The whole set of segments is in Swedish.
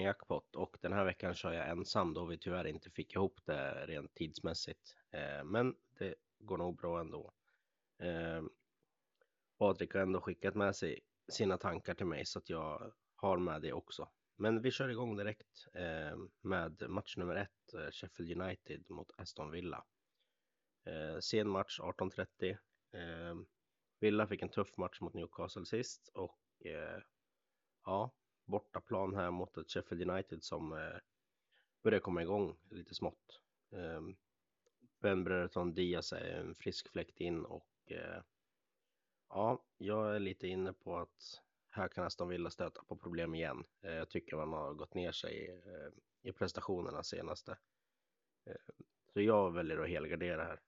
jackpot och den här veckan kör jag ensam då vi tyvärr inte fick ihop det rent tidsmässigt. Men det går nog bra ändå. Eh, Patrik har ändå skickat med sig sina tankar till mig så att jag har med det också. Men vi kör igång direkt med match nummer 1, Sheffield United mot Aston Villa. Sen match 18:30. Villa fick en tuff match mot Newcastle sist och ja, bortaplan här mot ett Sheffield United som börjar komma igång lite smått. Ben Brereton Diaz är en frisk fläkt in och ja, jag är lite inne på att här kan Aston Villa stöta på problem igen. Jag tycker man har gått ner sig i prestationerna senaste. Så jag väljer att helgardera här.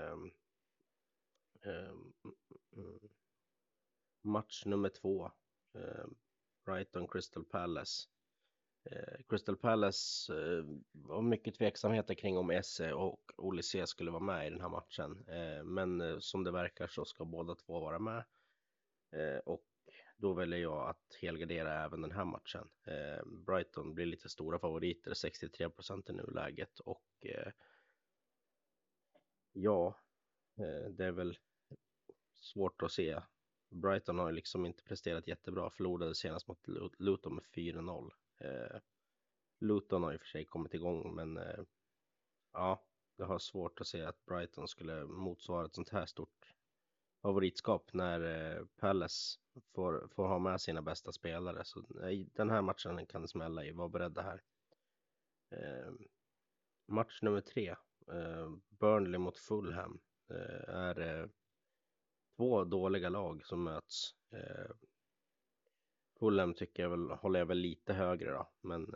Match nummer 2. Brighton Crystal Palace. Crystal Palace var mycket tveksamheter kring om Esse och Olise skulle vara med i den här matchen. Men som det verkar så ska båda två vara med. Och då väljer jag att helgardera även den här matchen. Brighton blir lite stora favoriter, 63% i nuläget. Och ja, det är väl svårt att se. Brighton har liksom inte presterat jättebra. Förlorade senast mot Luton med 4-0. Luton har i och för sig kommit igång, men ja, det har svårt att se att Brighton skulle motsvara ett sånt här stort favoritskap när Palace får ha med sina bästa spelare. Så i den här matchen kan det smälla i. Var beredda här. Match nummer 3. Burnley mot Fulham. Är två dåliga lag som möts. Fulham tycker jag väl, håller jag väl lite högre då. Men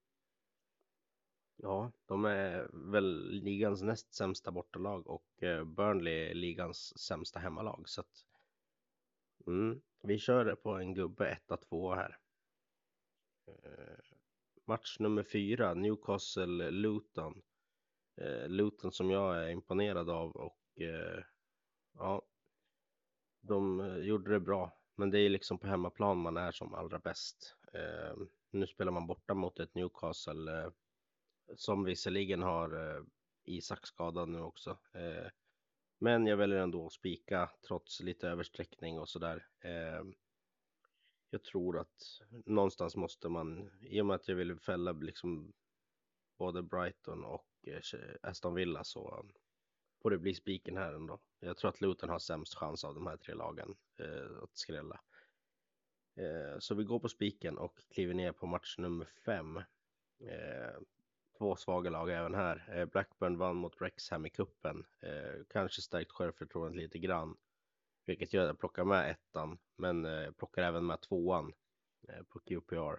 ja, de är väl ligans näst sämsta bortalag och Burnley är ligans sämsta hemmalag. Så att vi kör det på en gubbe 1-2 här. Match nummer 4, Newcastle Luton. Luton som jag är imponerad av och ja, de gjorde det bra. Men det är liksom på hemmaplan man är som allra bäst. Nu spelar man borta mot ett Newcastle som visserligen har Isak skadad nu också. Men jag väljer ändå att spika trots lite översträckning och sådär. Jag tror att någonstans måste man, i och med att jag vill fälla liksom både Brighton och Aston Villa, så får det bli spiken här ändå. Jag tror att Luton har sämst chans av de här tre lagen att skrälla. Så vi går på spiken och kliver ner på match nummer 5. Två svaga lag även här. Blackburn vann mot Wrexham i kuppen. Kanske stärkt självförtroendet lite grann. Vilket gör att jag plockar med ettan. Men plockar även med tvåan på QPR.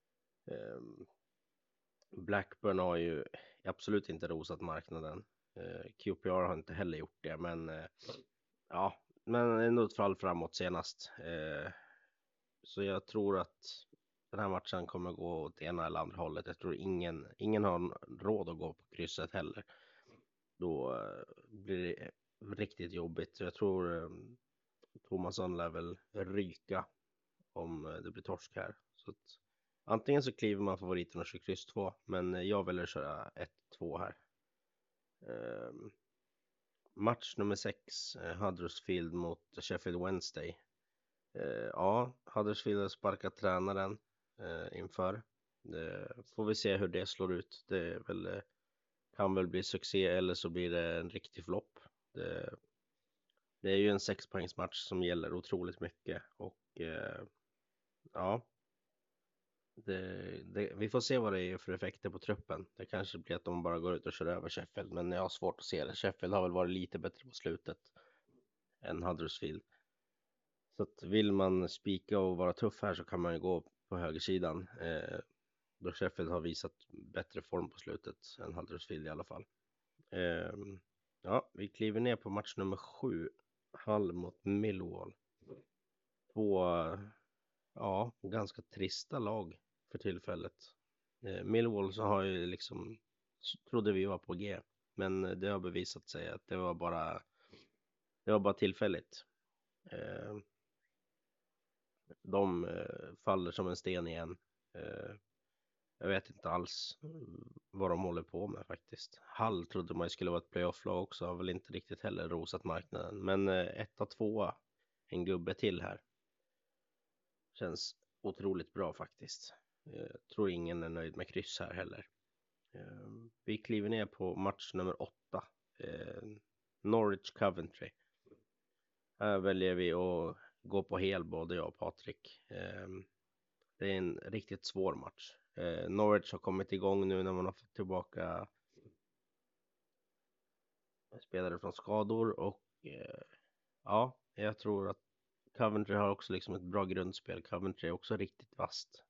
Blackburn har ju absolut inte rosat marknaden. QPR har inte heller gjort det. Men ja, men ändå ett fall framåt senast. Så jag tror att den här matchen kommer gå åt ena eller andra hållet. Jag tror ingen har råd att gå på krysset heller. Då blir det riktigt jobbigt. Jag tror Thomasson lär väl ryka om det blir torsk här. Så att, antingen så kliver man favoriten och kör kryss 2. Men jag väljer köra 1-2 här. Match nummer 6. Huddersfield mot Sheffield Wednesday. Ja, Huddersfield har sparkat tränaren inför. Får vi se hur det slår ut. Det är väl, kan väl bli succé eller så blir det en riktig flopp. Det är ju en 6-poängsmatch som gäller otroligt mycket och ja, vi får se vad det är för effekter på truppen. Det kanske blir att de bara går ut och kör över Sheffield, men jag har svårt att se det. Sheffield har väl varit lite bättre på slutet än Huddersfield. Så att vill man spika och vara tuff här så kan man ju gå på högersidan. Då Sheffield har visat bättre form på slutet än Huddersfield i alla fall. Ja, vi kliver ner på match nummer 7. Hull mot Millwall. Två ganska trista lag för tillfället. Millwall så har ju liksom, trodde vi var på G. Men det har bevisat sig att det var bara tillfälligt. De faller som en sten igen. Jag vet inte alls vad de håller på med faktiskt. Hull trodde man ju skulle vara ett playoff-lag också, har väl inte riktigt heller rosat marknaden. Men 1-2, en gubbe till här. Känns otroligt bra faktiskt. Tror ingen är nöjd med kryss här heller. Vi kliver ner på match nummer 8. Norwich Coventry. Här väljer vi att gå på hel, både jag och Patrik. Det är en riktigt svår match. Norwich har kommit igång nu när man har fått tillbaka spelare från skador. Och ja, jag tror att Coventry har också liksom ett bra grundspel. Coventry är också riktigt vasst.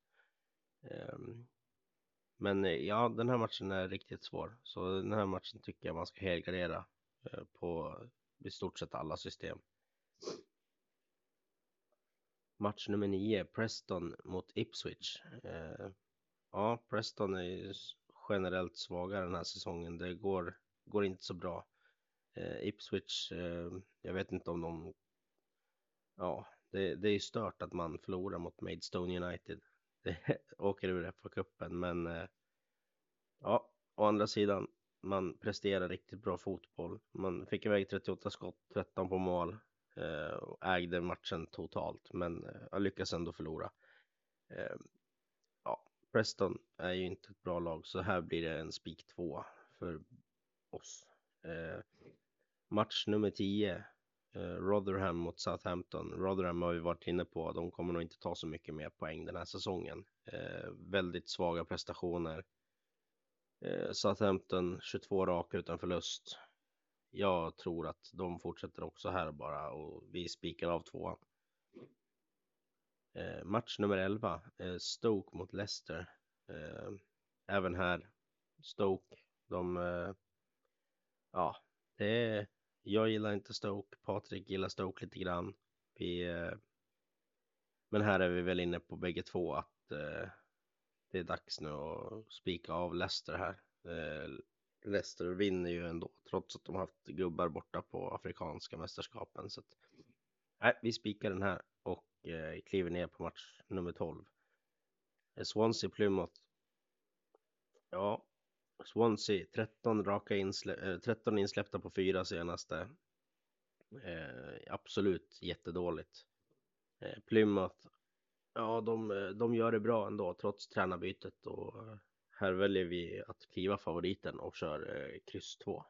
Men ja, den här matchen är riktigt svår. Så den här matchen tycker jag man ska helgardera på i stort sett alla system. Match nummer 9, Preston mot Ipswich. Ja, Preston är ju generellt svagare den här säsongen. Det går inte så bra. Ipswich, jag vet inte om de... Ja, det är ju stört att man förlorar mot Maidstone United. Det åker ur FA-cupen, men ja, å andra sidan, man presterar riktigt bra fotboll. Man fick iväg 38 skott, 13 på mål och ägde matchen totalt, men jag lyckas ändå förlora. Ja, Preston är ju inte ett bra lag, så här blir det en spik 2 för oss. Match nummer 10, Rotherham mot Southampton. Rotherham har vi varit inne på, de kommer nog inte ta så mycket mer poäng den här säsongen. Väldigt svaga prestationer. Southampton 22 raka utan förlust. Jag tror att de fortsätter också här bara, och vi spikar av 2. Match nummer 11, Stoke mot Leicester. Även här Stoke, ja, jag gillar inte Stoke, Patrik gillar Stoke lite grann. Men här är vi väl inne på bägge två att det är dags nu att spika av Leicester här. Leicester vinner ju ändå, trots att de har haft gubbar borta på afrikanska mästerskapen. Så att, vi spikar den här och kliver ner på match nummer 12. Swansea Plymouth. Ja, Swansea 13 insläppta på 4 senaste. Absolut jättedåligt. Plymouth, ja, de gör det bra ändå trots tränarbytet, och här väljer vi att kliva favoriten och kör kryss 2.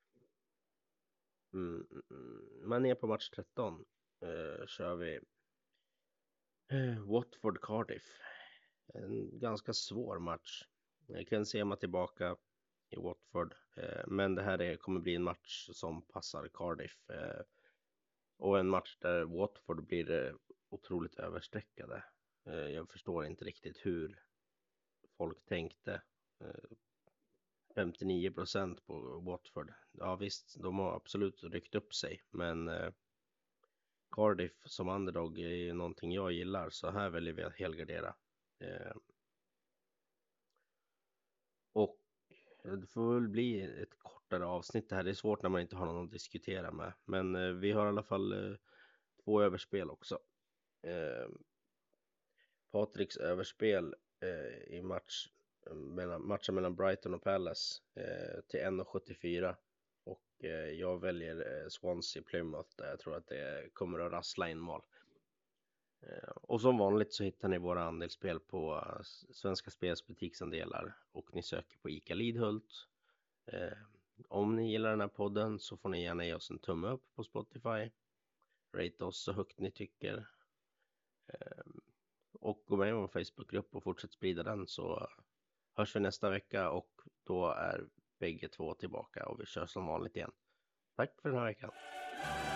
Men ner på match 13 kör vi Watford Cardiff. En ganska svår match. Jag kan se mig tillbaka i Watford, men det här kommer bli en match som passar Cardiff, och en match där Watford blir otroligt överstreckade. Jag förstår inte riktigt hur folk tänkte. 59% på Watford. Ja visst, de har absolut ryckt upp sig, men Cardiff som underdog är ju någonting jag gillar, så här väljer vi att helgardera. Och det får väl bli ett kortare avsnitt det här. Det är svårt när man inte har någon att diskutera med, men vi har i alla fall 2 överspel också. Patriks överspel i matchen mellan Brighton och Palace till 1,74, och jag väljer Swansea Plymouth där jag tror att det kommer att rassla in mål. Och som vanligt så hittar ni våra andelsspel på Svenska Spels butiksandelar, och ni söker på ICA Lidhult. Om ni gillar den här podden så får ni gärna ge oss en tumme upp på Spotify. Rate oss så högt ni tycker. Och gå med i vår Facebookgrupp och fortsätt sprida den, så hörs vi nästa vecka, och då är bägge två tillbaka och vi kör som vanligt igen. Tack för den här veckan.